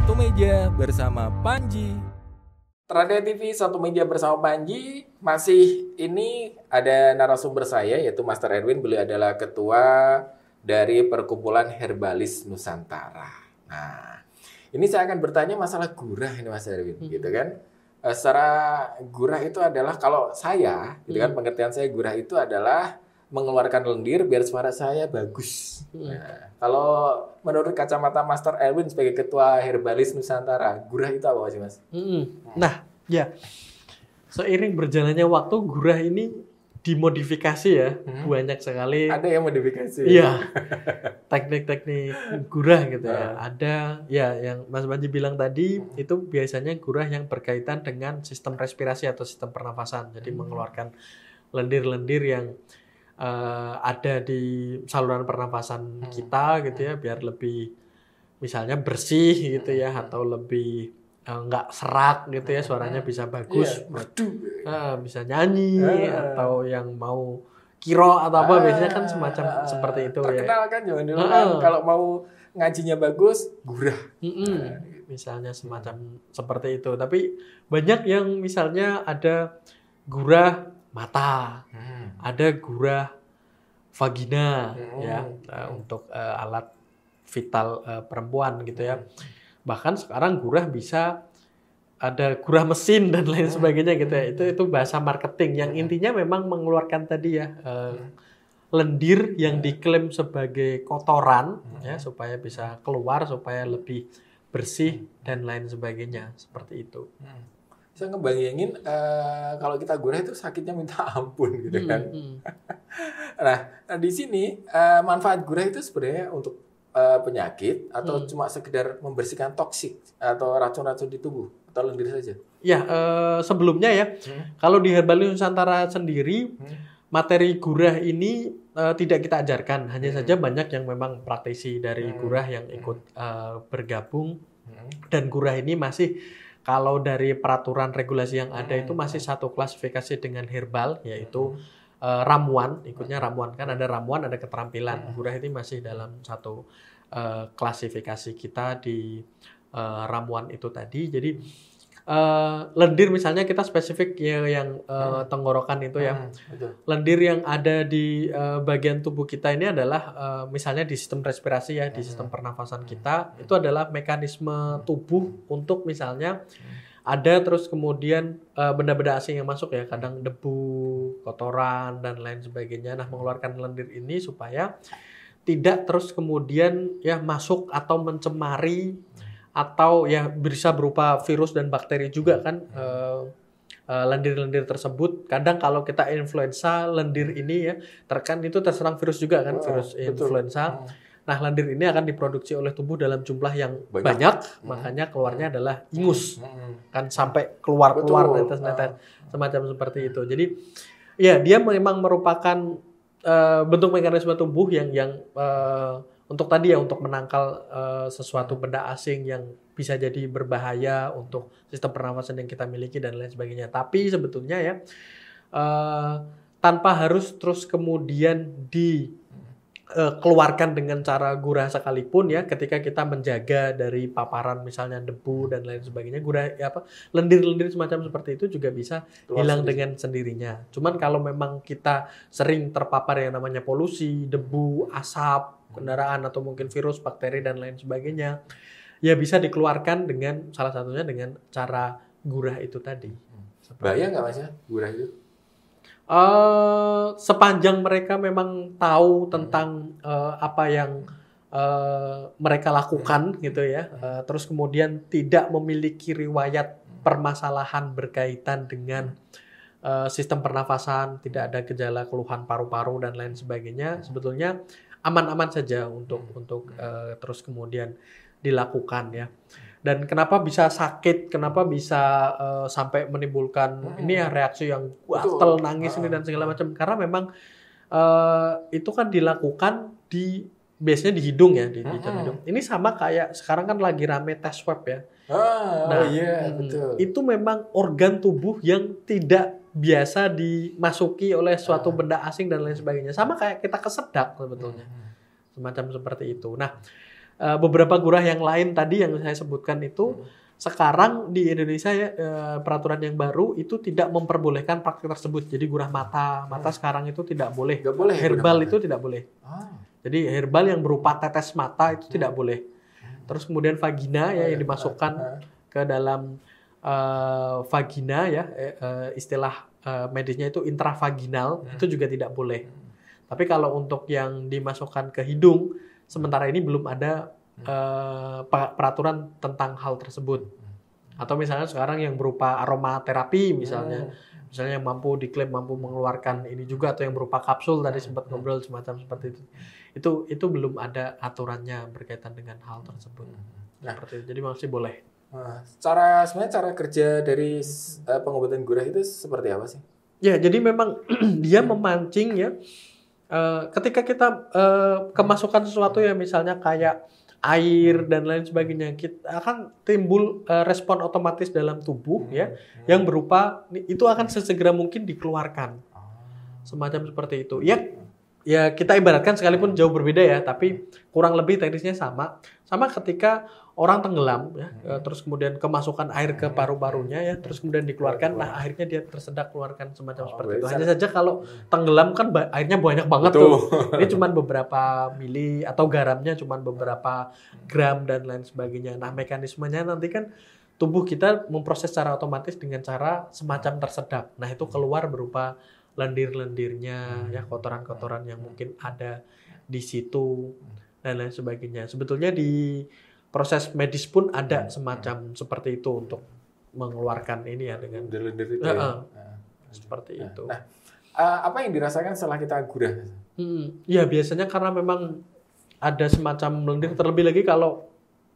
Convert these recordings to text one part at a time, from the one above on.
Satu Meja bersama Panji. Tradea TV Satu Meja bersama Panji. Masih ini ada narasumber saya yaitu Master Erwin. Beliau adalah ketua dari Perkumpulan Herbalis Nusantara. Nah, ini saya akan bertanya masalah gurah ini Mas Erwin, gitu kan? Secara gurah itu adalah kalau saya, gitu kan, pengertian saya gurah itu adalah mengeluarkan lendir biar suara saya bagus. Nah, kalau menurut kacamata Master Erwin sebagai ketua Herbalis Nusantara, gurah itu apa sih Mas? Nah, ya, seiring berjalannya waktu gurah ini dimodifikasi ya, banyak sekali. Ada yang modifikasi. Iya, teknik-teknik gurah gitu ya. Ada ya yang Mas Panji bilang tadi itu biasanya gurah yang berkaitan dengan sistem respirasi atau sistem pernafasan. Jadi mengeluarkan lendir-lendir yang ada di saluran pernafasan kita gitu ya, biar lebih misalnya bersih gitu ya, atau lebih nggak serak gitu ya, suaranya bisa bagus, bisa nyanyi atau yang mau kiro atau apa, biasanya kan semacam seperti itu ya. Terkenal kan zaman dulu kan kalau mau ngajinya bagus, gurah. Misalnya semacam seperti itu. Tapi banyak yang misalnya ada gurah mata, ada gurah vagina ya, untuk alat vital perempuan gitu ya. Bahkan sekarang gurah bisa ada gurah mesin dan lain sebagainya gitu ya. Itu bahasa marketing yang intinya memang mengeluarkan tadi ya lendir yang diklaim sebagai kotoran ya, supaya bisa keluar, supaya lebih bersih dan lain sebagainya, seperti itu. Saya ngebayangin kalau kita gurah itu sakitnya minta ampun gitu kan. Nah, di sini manfaat gurah itu sebenarnya untuk penyakit atau cuma sekedar membersihkan toksik atau racun-racun di tubuh atau lendir saja? Ya, sebelumnya ya, kalau di Herbalis Nusantara sendiri materi gurah ini tidak kita ajarkan, hanya saja banyak yang memang praktisi dari gurah yang ikut bergabung, dan gurah ini masih, kalau dari peraturan regulasi yang ada itu masih satu klasifikasi dengan herbal, yaitu ramuan, ikutnya ramuan, kan ada ramuan, ada keterampilan. Gurah ini masih dalam satu klasifikasi kita di ramuan itu tadi. Jadi lendir misalnya kita spesifik ya, yang tenggorokan itu ya. Lendir yang ada di bagian tubuh kita ini adalah misalnya di sistem respirasi ya, di sistem pernafasan kita, itu adalah mekanisme tubuh untuk misalnya ada terus kemudian benda-benda asing yang masuk ya, kadang debu, kotoran dan lain sebagainya. Nah, mengeluarkan lendir ini supaya tidak terus kemudian ya masuk atau mencemari, atau ya bisa berupa virus dan bakteri juga kan, lendir-lendir tersebut. Kadang kalau kita influenza, lendir ini ya itu terserang virus juga kan, virus influenza. Nah, lendir ini akan diproduksi oleh tubuh dalam jumlah yang banyak, makanya keluarnya adalah ingus. Kan sampai keluar netes-netes semacam seperti itu. Jadi ya dia memang merupakan bentuk mekanisme tubuh yang untuk tadi ya, untuk menangkal sesuatu benda asing yang bisa jadi berbahaya untuk sistem pernafasan yang kita miliki dan lain sebagainya. Tapi sebetulnya ya tanpa harus terus kemudian dikeluarkan dengan cara gurah sekalipun ya, ketika kita menjaga dari paparan misalnya debu dan lain sebagainya, gurah ya lendir-lendir semacam seperti itu juga bisa hilang dengan sendirinya. Cuman kalau memang kita sering terpapar yang namanya polusi, debu, asap kendaraan atau mungkin virus, bakteri dan lain sebagainya, ya bisa dikeluarkan dengan salah satunya dengan cara gurah itu tadi. Bahaya nggak Mas ya gurah itu? Sepanjang mereka memang tahu tentang apa yang mereka lakukan gitu ya, terus kemudian tidak memiliki riwayat permasalahan berkaitan dengan sistem pernafasan, tidak ada gejala keluhan paru-paru dan lain sebagainya, sebetulnya aman-aman saja untuk terus kemudian dilakukan ya. Dan kenapa bisa sakit, kenapa bisa sampai menimbulkan ini ya reaksi yang gatal, nangis ini dan segala macam, karena memang itu kan dilakukan biasanya di hidung ya, di hidung. Ini sama kayak sekarang kan lagi rame tes swab ya. Betul. Itu memang organ tubuh yang tidak biasa dimasuki oleh suatu benda asing dan lain sebagainya. Sama kayak kita kesedak sebetulnya. Semacam seperti itu. Nah, beberapa gurah yang lain tadi yang saya sebutkan itu sekarang di Indonesia ya peraturan yang baru itu tidak memperbolehkan praktik tersebut. Jadi gurah mata sekarang itu tidak boleh. Nggak boleh Herbal gurah itu tidak boleh. Ah. Jadi herbal yang berupa tetes mata itu tidak boleh. Terus kemudian vagina ya yang dimasukkan ke dalam vagina ya istilah medisnya itu intravaginal itu juga tidak boleh. Tapi kalau untuk yang dimasukkan ke hidung sementara ini belum ada peraturan tentang hal tersebut. Atau misalnya sekarang yang berupa aromaterapi misalnya yang diklaim mampu mengeluarkan ini juga atau yang berupa kapsul tadi sempat ngobrol semacam seperti itu belum ada aturannya berkaitan dengan hal tersebut. Seperti itu. Jadi masih boleh. Sebenarnya cara kerja dari pengobatan gurah itu seperti apa sih? Ya, jadi memang dia memancing ya. Ketika kita kemasukan sesuatu ya misalnya kayak air dan lain sebagainya, kita akan timbul respon otomatis dalam tubuh ya yang berupa itu akan sesegera mungkin dikeluarkan. Semacam seperti itu. Ya kita ibaratkan sekalipun jauh berbeda ya, tapi kurang lebih teknisnya sama. Sama ketika orang tenggelam ya, terus kemudian kemasukan air ke paru-parunya ya, terus kemudian dikeluarkan, nah akhirnya dia tersedak keluarkan semacam seperti itu. Hanya saja kalau tenggelam kan airnya banyak banget tuh. Ini cuma beberapa mili atau garamnya cuma beberapa gram dan lain sebagainya. Nah mekanismenya nanti kan tubuh kita memproses secara otomatis dengan cara semacam tersedak. Nah itu keluar berupa lendir-lendirnya ya, kotoran-kotoran yang mungkin ada di situ dan lain sebagainya. Sebetulnya di proses medis pun ada semacam seperti itu untuk mengeluarkan ini ya dengan lendir itu seperti itu. Nah, apa yang dirasakan setelah kita gurah? Ya biasanya karena memang ada semacam lendir, terlebih lagi kalau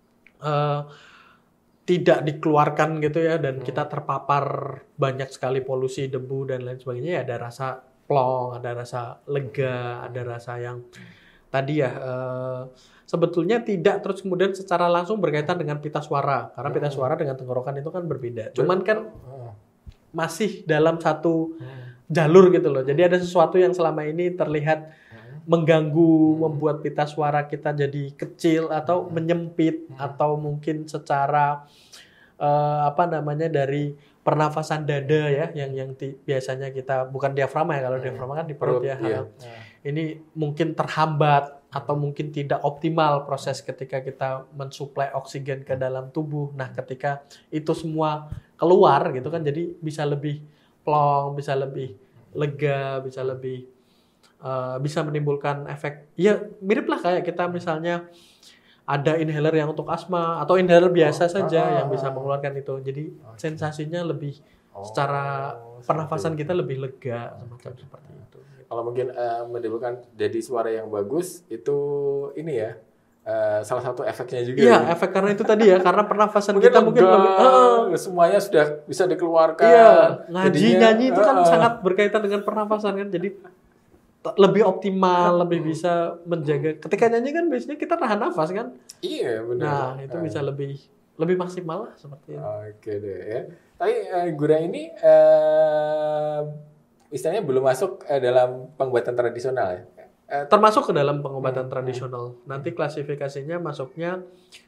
tidak dikeluarkan gitu ya dan kita terpapar banyak sekali polusi, debu dan lain sebagainya ya ada rasa plong, ada rasa lega, ada rasa yang tadi ya sebetulnya tidak terus kemudian secara langsung berkaitan dengan pita suara karena pita suara dengan tenggorokan itu kan berbeda. Cuman kan masih dalam satu jalur gitu loh. Jadi ada sesuatu yang selama ini terlihat mengganggu, membuat pita suara kita jadi kecil atau menyempit atau mungkin secara dari pernafasan dada ya yang biasanya kita bukan diafragma ya, kalau diafragma kan di perut ya. Ini mungkin terhambat atau mungkin tidak optimal proses ketika kita mensuplai oksigen ke dalam tubuh. Nah, ketika itu semua keluar gitu kan jadi bisa lebih plong, bisa lebih lega, bisa lebih bisa menimbulkan efek ya mirip lah kayak kita misalnya ada inhaler yang untuk asma atau inhaler biasa saja yang bisa mengeluarkan itu. Jadi sensasinya lebih secara pernafasan kita lebih lega semacam seperti itu. Kalau mungkin menimbulkan jadi suara yang bagus itu ini ya salah satu efeknya juga. Iya, efek karena itu tadi ya, karena pernafasan kita mungkin lebih semuanya sudah bisa dikeluarkan. Iya, nyanyi itu kan sangat berkaitan dengan pernafasan kan. Jadi lebih optimal, lebih bisa menjaga. Ketika nyanyi kan biasanya kita tahan nafas kan? Iya, benar. Nah, itu bisa lebih maksimal lah seperti itu. Oke deh ya. Tapi gurah ini istilahnya belum masuk dalam pengobatan tradisional ya? Termasuk ke dalam pengobatan tradisional. Nanti klasifikasinya masuknya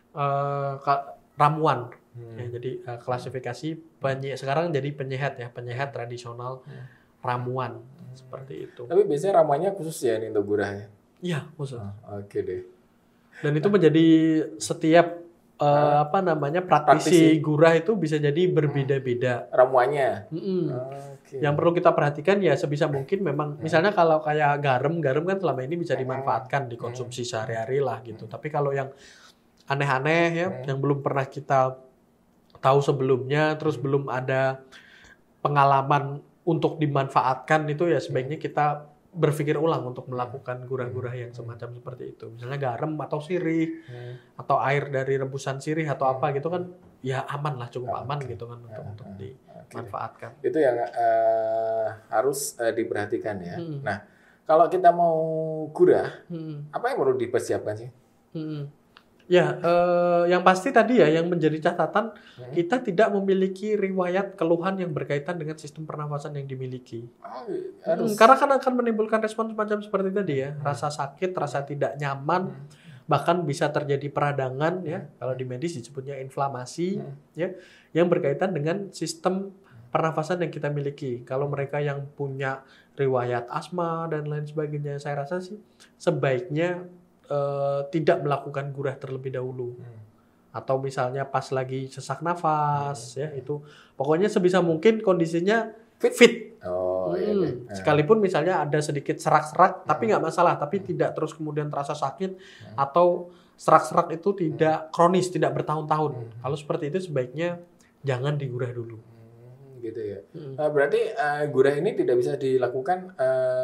ramuan. Ya, jadi klasifikasi sekarang jadi penyehat tradisional ramuan seperti itu. Tapi biasanya ramuannya khusus ya ini untuk gurah ya? Iya, khusus. Oke deh. Dan itu menjadi setiap praktisi gurah itu bisa jadi berbeda-beda ramuannya. Okay. Yang perlu kita perhatikan ya sebisa mungkin memang misalnya kalau kayak garam kan selama ini bisa dimanfaatkan dikonsumsi sehari-hari lah gitu. Tapi kalau yang aneh-aneh ya yang belum pernah kita tahu sebelumnya terus belum ada pengalaman untuk dimanfaatkan itu ya sebaiknya kita berpikir ulang untuk melakukan gurah-gurah yang semacam seperti itu. Misalnya garam atau sirih atau air dari rebusan sirih atau apa gitu kan ya aman lah, cukup aman gitu kan untuk dimanfaatkan. Itu yang harus diperhatikan ya. Nah, kalau kita mau gurah, apa yang perlu dipersiapkan sih? Ya, yang pasti tadi ya yang menjadi catatan kita tidak memiliki riwayat keluhan yang berkaitan dengan sistem pernafasan yang dimiliki. Karena kan akan menimbulkan respon semacam seperti tadi ya, rasa sakit, rasa tidak nyaman, bahkan bisa terjadi peradangan ya, kalau di medis disebutnya inflamasi ya, yang berkaitan dengan sistem pernafasan yang kita miliki. Kalau mereka yang punya riwayat asma dan lain sebagainya, saya rasa sih sebaiknya tidak melakukan gurah terlebih dahulu. Atau misalnya pas lagi sesak nafas ya, itu pokoknya sebisa mungkin kondisinya fit. Oh, iya. Sekalipun misalnya ada sedikit serak-serak tapi nggak masalah, tapi tidak terus kemudian terasa sakit atau serak-serak itu tidak kronis, tidak bertahun-tahun. Kalau seperti itu sebaiknya jangan digurah dulu. Gitu ya. Berarti gurah ini tidak bisa dilakukan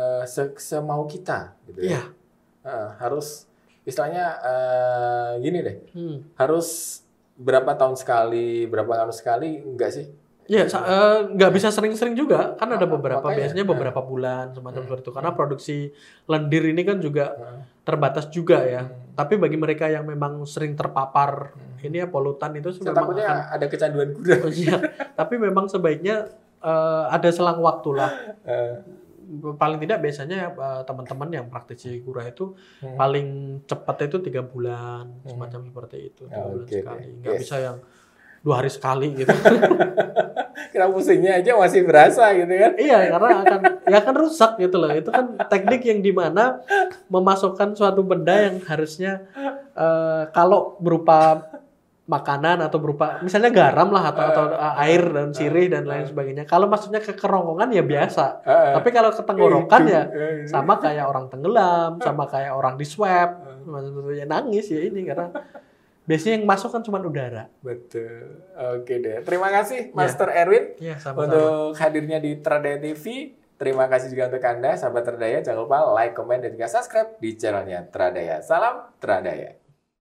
semau kita gitu ya. Iya. Harus istilahnya gini deh. Harus berapa tahun sekali, berapa tahun sekali, enggak sih? Ya, nggak bisa sering-sering juga, kan ada beberapa, makanya, biasanya beberapa bulan semacam seperti itu. Karena produksi lendir ini kan juga terbatas juga ya. Tapi bagi mereka yang memang sering terpapar ini ya polutan itu Saya memang takutnya akan, ada kecanduan gurah. iya. Tapi memang sebaiknya ada selang waktu lah. Paling tidak biasanya teman-teman yang praktisi gurah itu paling cepat itu 3 bulan semacam seperti itu, 3 bulan Oke, sekali. oke. Nggak Yes. bisa yang 2 hari sekali gitu. Kira pusingnya aja masih berasa gitu kan. Iya, karena akan rusak gitu loh. Itu kan teknik yang dimana memasukkan suatu benda yang harusnya kalau berupa makanan atau berupa misalnya garam lah atau air dan sirih dan lain sebagainya. Kalau maksudnya ke kerongkongan ya biasa. Tapi kalau ke tenggorokan ya sama kayak orang tenggelam, sama kayak orang di swab, ya nangis ya ini karena biasanya yang masuk kan cuma udara. Betul. Oke deh. Terima kasih Master Erwin Ya, sama-sama. untuk hadirnya di Tradaya TV. Terima kasih juga untuk Anda, sahabat Tradaya. Jangan lupa like, comment, dan juga subscribe di channelnya Tradaya. Salam Tradaya.